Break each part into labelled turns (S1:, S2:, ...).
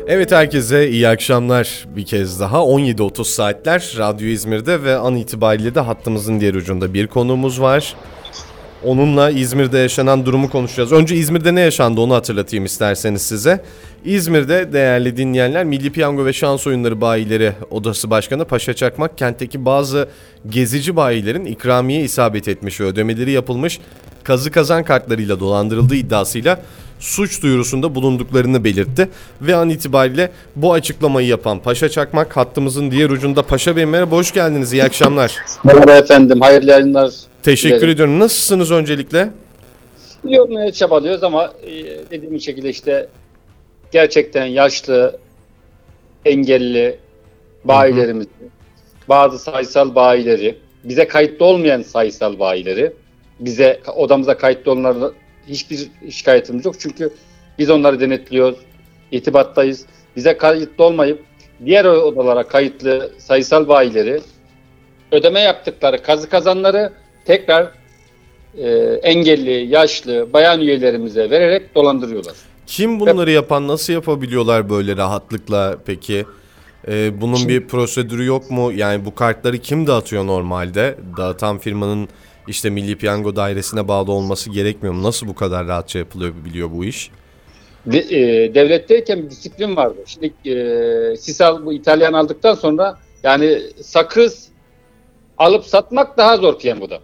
S1: Evet, herkese iyi akşamlar bir kez daha. 17.30 saatler Radyo İzmir'de ve an itibariyle de hattımızın diğer ucunda bir konuğumuz var. Onunla İzmir'de yaşanan durumu konuşacağız. Önce İzmir'de ne yaşandı onu hatırlatayım isterseniz size. İzmir'de değerli dinleyenler, Milli Piyango ve Şans Oyunları Bayileri Odası Başkanı Paşa Çakmak, kentteki bazı gezici bayilerin ikramiye isabet etmiş ve ödemeleri yapılmış kazı kazan kartlarıyla dolandırıldığı iddiasıyla suç duyurusunda bulunduklarını belirtti. Ve an itibariyle bu açıklamayı yapan Paşa Çakmak hattımızın diğer ucunda. Paşa Bey merhaba, hoş geldiniz, iyi akşamlar.
S2: Merhaba efendim, hayırlı yayınlar.
S1: Teşekkür ediyorum. Nasılsınız öncelikle?
S2: İyi olmaya çabalıyoruz ama dediğim şekilde işte gerçekten yaşlı, engelli bayilerimiz, bazı sayısal bayileri, bize kayıtlı olmayan sayısal bayileri, bize odamıza kayıtlı olanlarla hiçbir şikayetimiz yok. Çünkü biz onları denetliyoruz, irtibattayız. Bize kayıtlı olmayıp diğer odalara kayıtlı sayısal bayileri, ödeme yaptıkları kazı kazanları tekrar engelli, yaşlı, bayan üyelerimize vererek dolandırıyorlar.
S1: Kim bunları yapan, nasıl yapabiliyorlar böyle rahatlıkla peki? Bunun bir prosedürü yok mu? Yani bu kartları kim dağıtıyor normalde? Dağıtan firmanın işte Milli Piyango Dairesi'ne bağlı olması gerekmiyor mu? Nasıl bu kadar rahatça yapılabiliyor bu iş?
S2: Devletteyken bir disiplin vardı. Şimdi Sisal bu İtalyan aldıktan sonra yani sakız alıp satmak daha zor piyangoda.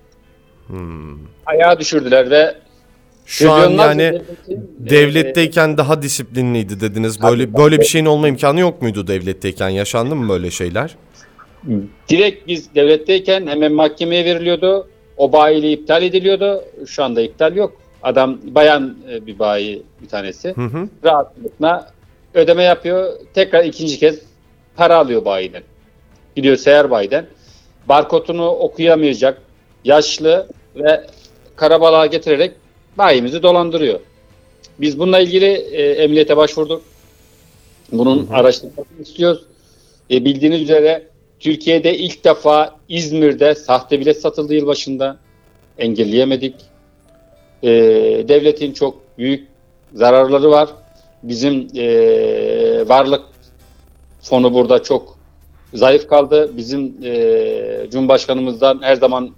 S2: Ayağa düşürdüler ve
S1: şu an yani devletteyken daha disiplinliydi dediniz. Böyle bir şeyin olma imkanı yok muydu devletteyken? Yaşandı mı böyle şeyler?
S2: Direkt biz devletteyken hemen mahkemeye veriliyordu. O bayiliği iptal ediliyordu. Şu anda iptal yok. Adam bayan bir bayi bir tanesi. Rahatlıkla ödeme yapıyor. Tekrar ikinci kez para alıyor bayiden. Gidiyor seyyar bayiden. Barkodunu okuyamayacak yaşlı ve karabalığa getirerek bayimizi dolandırıyor. Biz bununla ilgili emniyete başvurduk. Bunun araştırmasını istiyoruz. Bildiğiniz üzere Türkiye'de ilk defa İzmir'de sahte bilet satıldı yılbaşında. Engelleyemedik. Devletin çok büyük zararları var. Bizim varlık fonu burada çok zayıf kaldı. Bizim Cumhurbaşkanımızdan her zaman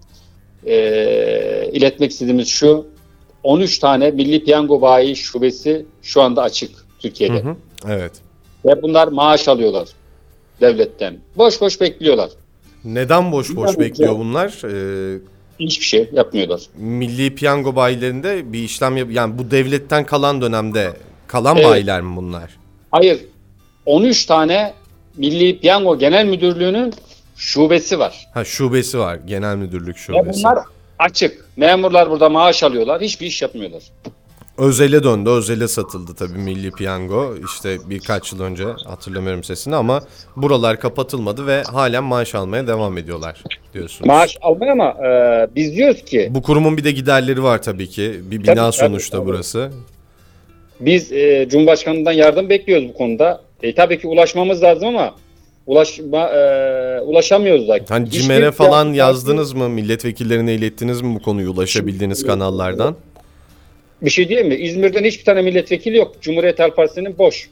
S2: iletmek istediğimiz şu: 13 tane Milli Piyango Bayi Şubesi şu anda açık Türkiye'de.
S1: Evet.
S2: Ve bunlar maaş alıyorlar devletten. Boş boş bekliyorlar.
S1: Neden boş boş bekliyor bunlar?
S2: Hiçbir şey yapmıyorlar.
S1: Milli Piyango bayilerinde bir işlem yani bu devletten kalan dönemde kalan bayiler mi bunlar?
S2: Hayır. 13 tane Milli Piyango Genel Müdürlüğü'nün şubesi var.
S1: Şubesi var. Genel Müdürlük şubesi.
S2: Ve bunlar açık. Memurlar burada maaş alıyorlar. Hiçbir iş yapmıyorlar.
S1: Özele döndü. Özele satıldı tabii Milli Piyango. İşte birkaç yıl önce, hatırlamıyorum sesini, ama buralar kapatılmadı ve halen maaş almaya devam ediyorlar diyorsunuz.
S2: Maaş almaya ama biz diyoruz ki...
S1: Bu kurumun bir de giderleri var tabii ki. Bir bina tabii, sonuçta tabii. Burası.
S2: Biz Cumhurbaşkanı'ndan yardım bekliyoruz bu konuda. Tabii ki ulaşmamız lazım ama ulaşamıyoruz da.
S1: Hani CİMER'e falan yazdınız mı? Milletvekillerine ilettiniz mi bu konuyu ulaşabildiğiniz kanallardan?
S2: Bir şey diyeyim mi? İzmir'den hiçbir tane milletvekili yok. Cumhuriyet Halk Partisi'nin boş.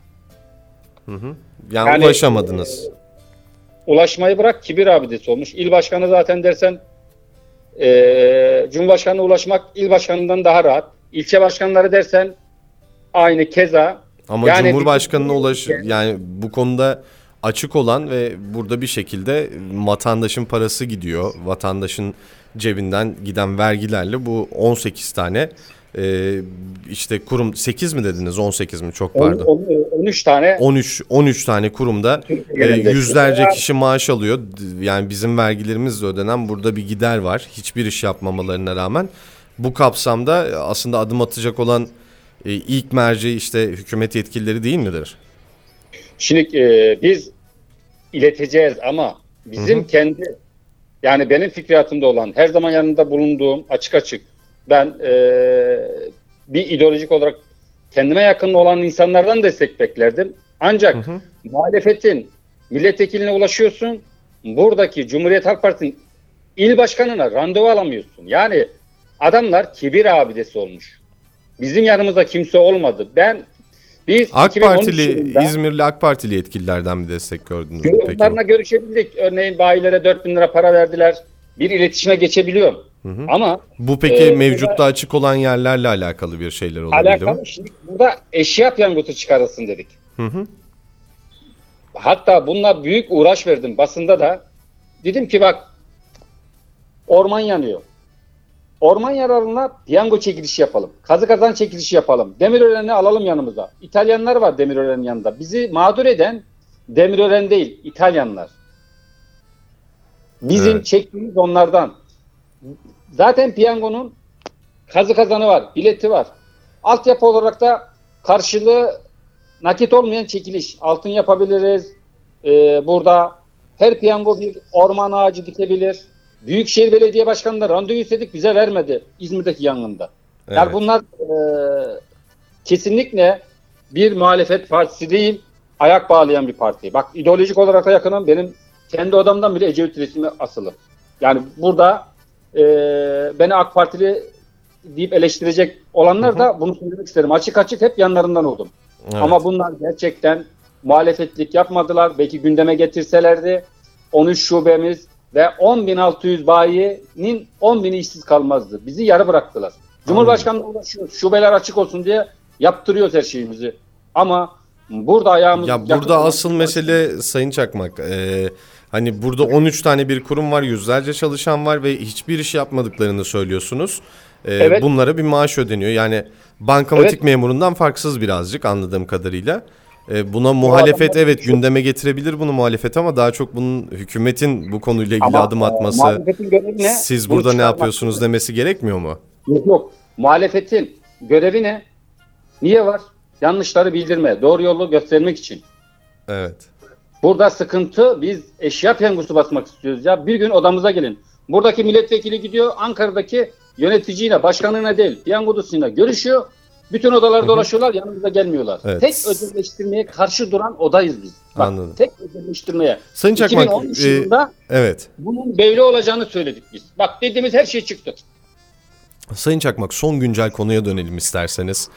S1: Yani ulaşamadınız.
S2: Ulaşmayı bırak, kibir abidesi olmuş. İl başkanı zaten dersen Cumhurbaşkanı'na ulaşmak il başkanından daha rahat. İlçe başkanları dersen aynı keza.
S1: Ama yani Cumhurbaşkanı'na yani bu konuda açık olan ve burada bir şekilde vatandaşın parası gidiyor. Vatandaşın cebinden giden vergilerle bu 18 tane işte kurum, 8 mi dediniz, 18 mi, çok pardon.
S2: 13 tane.
S1: 13 tane kurumda yüzlerce kişi maaş alıyor. Yani bizim vergilerimizle ödenen burada bir gider var. Hiçbir iş yapmamalarına rağmen. Bu kapsamda aslında adım atacak olan ilk merci işte hükümet yetkilileri değil midir?
S2: Şimdi biz ileteceğiz ama bizim kendi, yani benim fikriyatımda olan, her zaman yanında bulunduğum, açık ben bir ideolojik olarak kendime yakın olan insanlardan destek beklerdim. Ancak muhalefetin milletvekiline ulaşıyorsun, buradaki Cumhuriyet Halk Partisi'nin il başkanına randevu alamıyorsun. Yani adamlar kibir abidesi olmuş. Bizim yanımızda kimse olmadı. Ben Biz
S1: AK
S2: 2013
S1: Partili,
S2: yılında
S1: İzmirli AK Partili yetkililerden bir destek gördünüz mü peki?
S2: onlarla görüşebildik. Örneğin bayilere 4.000 lira para verdiler. Bir iletişime geçebiliyor. Ama
S1: Bu peki mevcutta açık olan yerlerle alakalı bir şeyler olabilir mi?
S2: alakalı, şimdi burada eşya piyangosu çıkarılsın dedik.
S1: Hı.
S2: Hatta bununla büyük uğraş verdim basında da. Dedim ki bak, orman yanıyor. Orman yararına piyango çekilişi yapalım. Kazı kazan çekilişi yapalım. Demirören'i alalım yanımıza. İtalyanlar var Demirören'in yanında. Bizi mağdur eden Demirören değil, İtalyanlar. Bizim çektiğimiz onlardan. Zaten piyangonun kazı kazanı var, bileti var. Altyapı olarak da karşılığı nakit olmayan çekiliş. Altın yapabiliriz. Burada her piyango bir orman ağacı dikebilir. Büyükşehir Belediye Başkanı'na randevu istedik, bize vermedi İzmir'deki yangında.
S1: Evet.
S2: Yani bunlar kesinlikle bir muhalefet partisi değil, ayak bağlayan bir parti. Bak, ideolojik olarak da yakınım. Benim kendi odamdan bile Ecevit resmi asılı. Yani burada beni AK Partili deyip eleştirecek olanlar da bunu söylemek isterim. Açık açık hep yanlarından oldum.
S1: Evet.
S2: Ama bunlar gerçekten muhalefetlik yapmadılar. Belki gündeme getirselerdi 13 şubemiz ve 10.600 bayinin 10.000'i işsiz kalmazdı. Bizi yarı bıraktılar. Cumhurbaşkanı'na ulaşıyoruz. Şubeler açık olsun diye yaptırıyoruz her şeyimizi. Ama burada ayağımız...
S1: Ya burada asıl mesele Sayın Çakmak, hani burada 13 tane bir kurum var, yüzlerce çalışan var ve hiçbir iş yapmadıklarını söylüyorsunuz.
S2: Evet.
S1: Bunlara bir maaş ödeniyor. Yani bankamatik
S2: Evet.
S1: memurundan farksız birazcık anladığım kadarıyla. Buna muhalefet evet gündeme getirebilir bunu muhalefet, ama daha çok bunun hükümetin bu konuyla ilgili adım atması,
S2: muhalefetin görevi ne?
S1: siz
S2: Bunu
S1: burada ne
S2: çıkarmak.
S1: yapıyorsunuz demesi gerekmiyor mu?
S2: Yok. Muhalefetin görevi ne? Niye var? Yanlışları bildirme, doğru yolu göstermek için.
S1: Evet.
S2: Burada sıkıntı, biz eşya piyangosu basmak istiyoruz ya. Bir gün odamıza gelin. Buradaki milletvekili gidiyor Ankara'daki yöneticiyle, başkanına değil, piyangodusuyla görüşüyor. Bütün odaları dolaşıyorlar, yanımıza gelmiyorlar.
S1: Evet.
S2: Tek özelleştirmeye karşı duran odayız biz. Bak,
S1: Anladım.
S2: tek özelleştirmeye.
S1: Sayın Çakmak,
S2: 2013 yılında
S1: evet.
S2: bunun böyle olacağını söyledik biz. Bak, dediğimiz her şey çıktı.
S1: Sayın Çakmak, son güncel konuya dönelim isterseniz.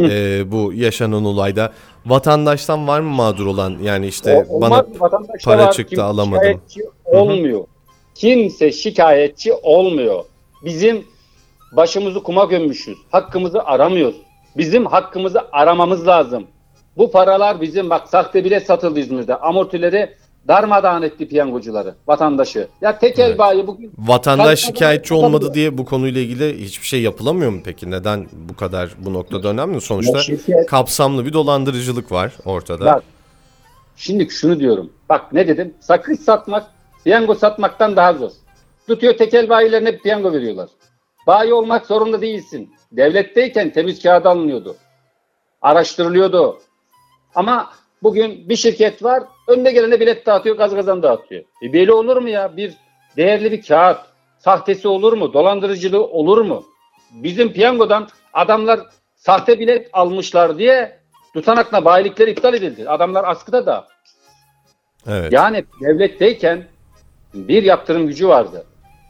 S1: Bu yaşanan olayda vatandaştan var mı mağdur olan, yani işte bana para çıktı alamadım.
S2: Şikayetçi olmuyor. Kimse şikayetçi olmuyor. Bizim başımızı kuma gömmüşüz. Hakkımızı aramıyoruz. Bizim hakkımızı aramamız lazım. Bu paralar bizim, bak, sahte bilet satıldı İzmir'de. Amortileri darmadağın etti piyangocuları, vatandaşı. Ya tekel bayi bugün...
S1: Vatandaş şikayetçi olmadı diye bu konuyla ilgili hiçbir şey yapılamıyor mu peki? Neden bu kadar bu noktada önemli? Sonuçta kapsamlı bir dolandırıcılık var ortada.
S2: Bak, şimdi şunu diyorum. Bak, ne dedim? Sakız satmak, piyango satmaktan daha zor. Tutuyor tekel bayilerine piyango veriyorlar. Bayi olmak zorunda değilsin. Devletteyken temiz kağıt alınıyordu. Araştırılıyordu. Ama bugün bir şirket var, önüne gelene bilet dağıtıyor, gaz kazan dağıtıyor. Böyle olur mu ya? Bir değerli bir kağıt sahtesi olur mu? Dolandırıcılığı olur mu? Bizim piyangodan adamlar sahte bilet almışlar diye tutanakla bayilikleri iptal edildi. Adamlar askıda da.
S1: Evet.
S2: Yani devletteyken bir yaptırım gücü vardı.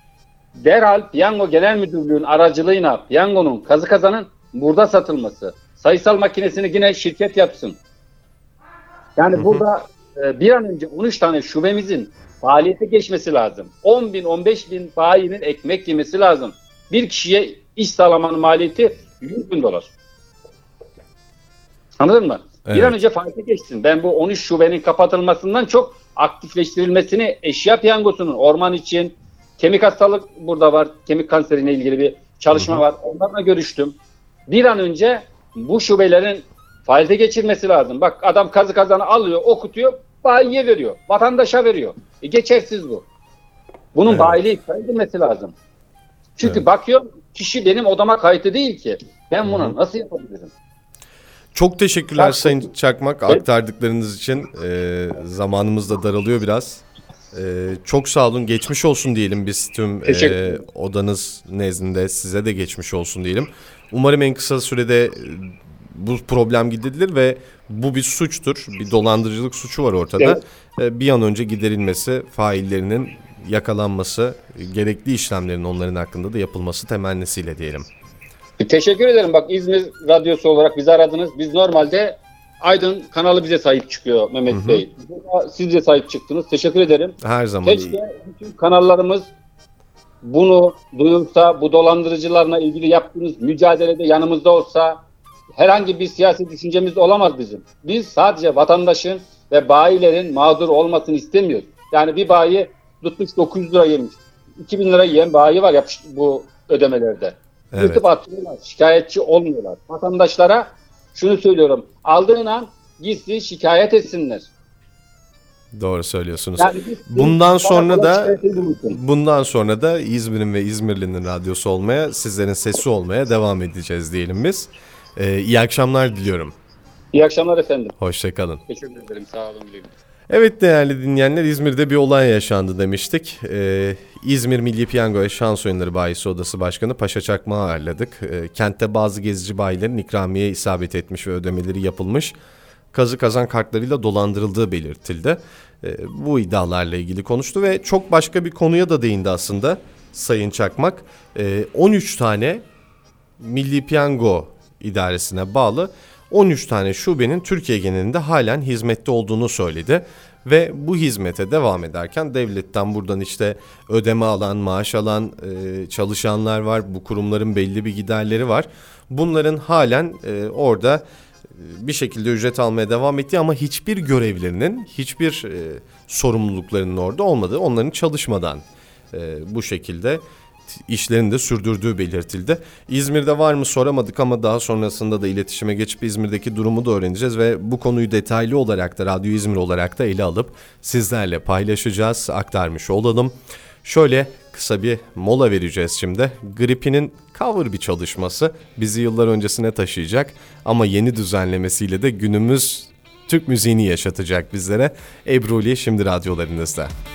S2: Derhal Piyango Genel Müdürlüğü'nün aracılığıyla piyangonun, kazı kazanın burada satılması. Sayısal makinesini yine şirket yapsın. Yani burada bir an önce 13 tane şubemizin faaliyete geçmesi lazım. 10.000, 15.000 bayinin ekmek yemesi lazım. Bir kişiye iş sağlamanın maliyeti $100.000. Anladın mı?
S1: Evet.
S2: Bir an önce faaliyete geçsin. Ben bu 13 şubenin kapatılmasından çok aktifleştirilmesini, eşya piyangosunun, orman için, kemik hastalık burada var. Kemik kanseriyle ilgili bir çalışma var. Onlarla görüştüm. Bir an önce bu şubelerin faaliyete geçirmesi lazım. Bak, adam kazı kazanı alıyor, okutuyor, bayiye veriyor. Vatandaşa veriyor. Geçersiz bu. Bunun
S1: Evet.
S2: bayiliği iptal edilmesi lazım. Çünkü bakıyorum, kişi benim odama kayıtlı değil ki. Ben bunu nasıl yapabilirim?
S1: Çok teşekkürler Sayın Çakmak aktardıklarınız için. Zamanımız da daralıyor biraz. Çok sağ olun. Geçmiş olsun diyelim biz tüm odanız nezdinde. Size de geçmiş olsun diyelim. Umarım en kısa sürede bu problem giderilir ve bu bir suçtur. Bir dolandırıcılık suçu var ortada. Evet. Bir an önce giderilmesi, faillerinin yakalanması, gerekli işlemlerin onların hakkında da yapılması temennisiyle diyelim.
S2: Teşekkür ederim. Bak, İzmir Radyosu olarak bizi aradınız. Biz normalde Aydın kanalı bize sahip çıkıyor Mehmet Bey. Siz de sahip çıktınız. Teşekkür ederim.
S1: Her zaman.
S2: Keşke bütün kanallarımız bunu duyursa, bu dolandırıcılarla ilgili yaptığımız mücadelede yanımızda olsa. Herhangi bir siyasi düşüncemiz olamaz bizim. Biz sadece vatandaşın ve bayilerin mağdur olmasını istemiyoruz. Yani bir bayi tutmuş 900 lira yemiş. 2000 lira yiyen bayi var bu ödemelerde.
S1: Evet.
S2: Yırtıp atıyorlar, şikayetçi olmuyorlar. Vatandaşlara şunu söylüyorum. Aldığın an gitsin şikayet etsinler.
S1: Doğru söylüyorsunuz.
S2: Yani
S1: bundan sonra da İzmir'in ve İzmirli'nin radyosu olmaya, sizlerin sesi olmaya devam edeceğiz diyelim biz. İyi akşamlar diliyorum.
S2: İyi akşamlar efendim.
S1: Hoşça kalın.
S2: Teşekkür ederim. Sağ olun.
S1: Evet değerli dinleyenler, İzmir'de bir olay yaşandı demiştik. İzmir Milli Piyango ve Şans Oyunları Bayisi Odası Başkanı Paşa Çakmak'ı ağırladık. Kentte bazı gezici bayilerin ikramiye isabet etmiş ve ödemeleri yapılmış, kazı kazan kartlarıyla dolandırıldığı belirtildi. Bu iddialarla ilgili konuştu ve çok başka bir konuya da değindi aslında Sayın Çakmak. 13 tane Milli Piyango İdaresi'ne bağlı 13 tane şubenin Türkiye genelinde halen hizmette olduğunu söyledi. Ve bu hizmete devam ederken devletten buradan işte ödeme alan, maaş alan çalışanlar var. Bu kurumların belli bir giderleri var. Bunların halen orada bir şekilde ücret almaya devam ettiği ama hiçbir görevlerinin, hiçbir sorumluluklarının orada olmadığı, onların çalışmadan bu şekilde işlerini de sürdürdüğü belirtildi. İzmir'de var mı soramadık ama daha sonrasında da iletişime geçip İzmir'deki durumu da öğreneceğiz ve bu konuyu detaylı olarak da Radyo İzmir olarak da ele alıp sizlerle paylaşacağız, aktarmış olalım. Şöyle kısa bir mola vereceğiz şimdi. Gripin'in cover bir çalışması bizi yıllar öncesine taşıyacak ama yeni düzenlemesiyle de günümüz Türk müziğini yaşatacak bizlere. Ebruli şimdi radyolarınızda.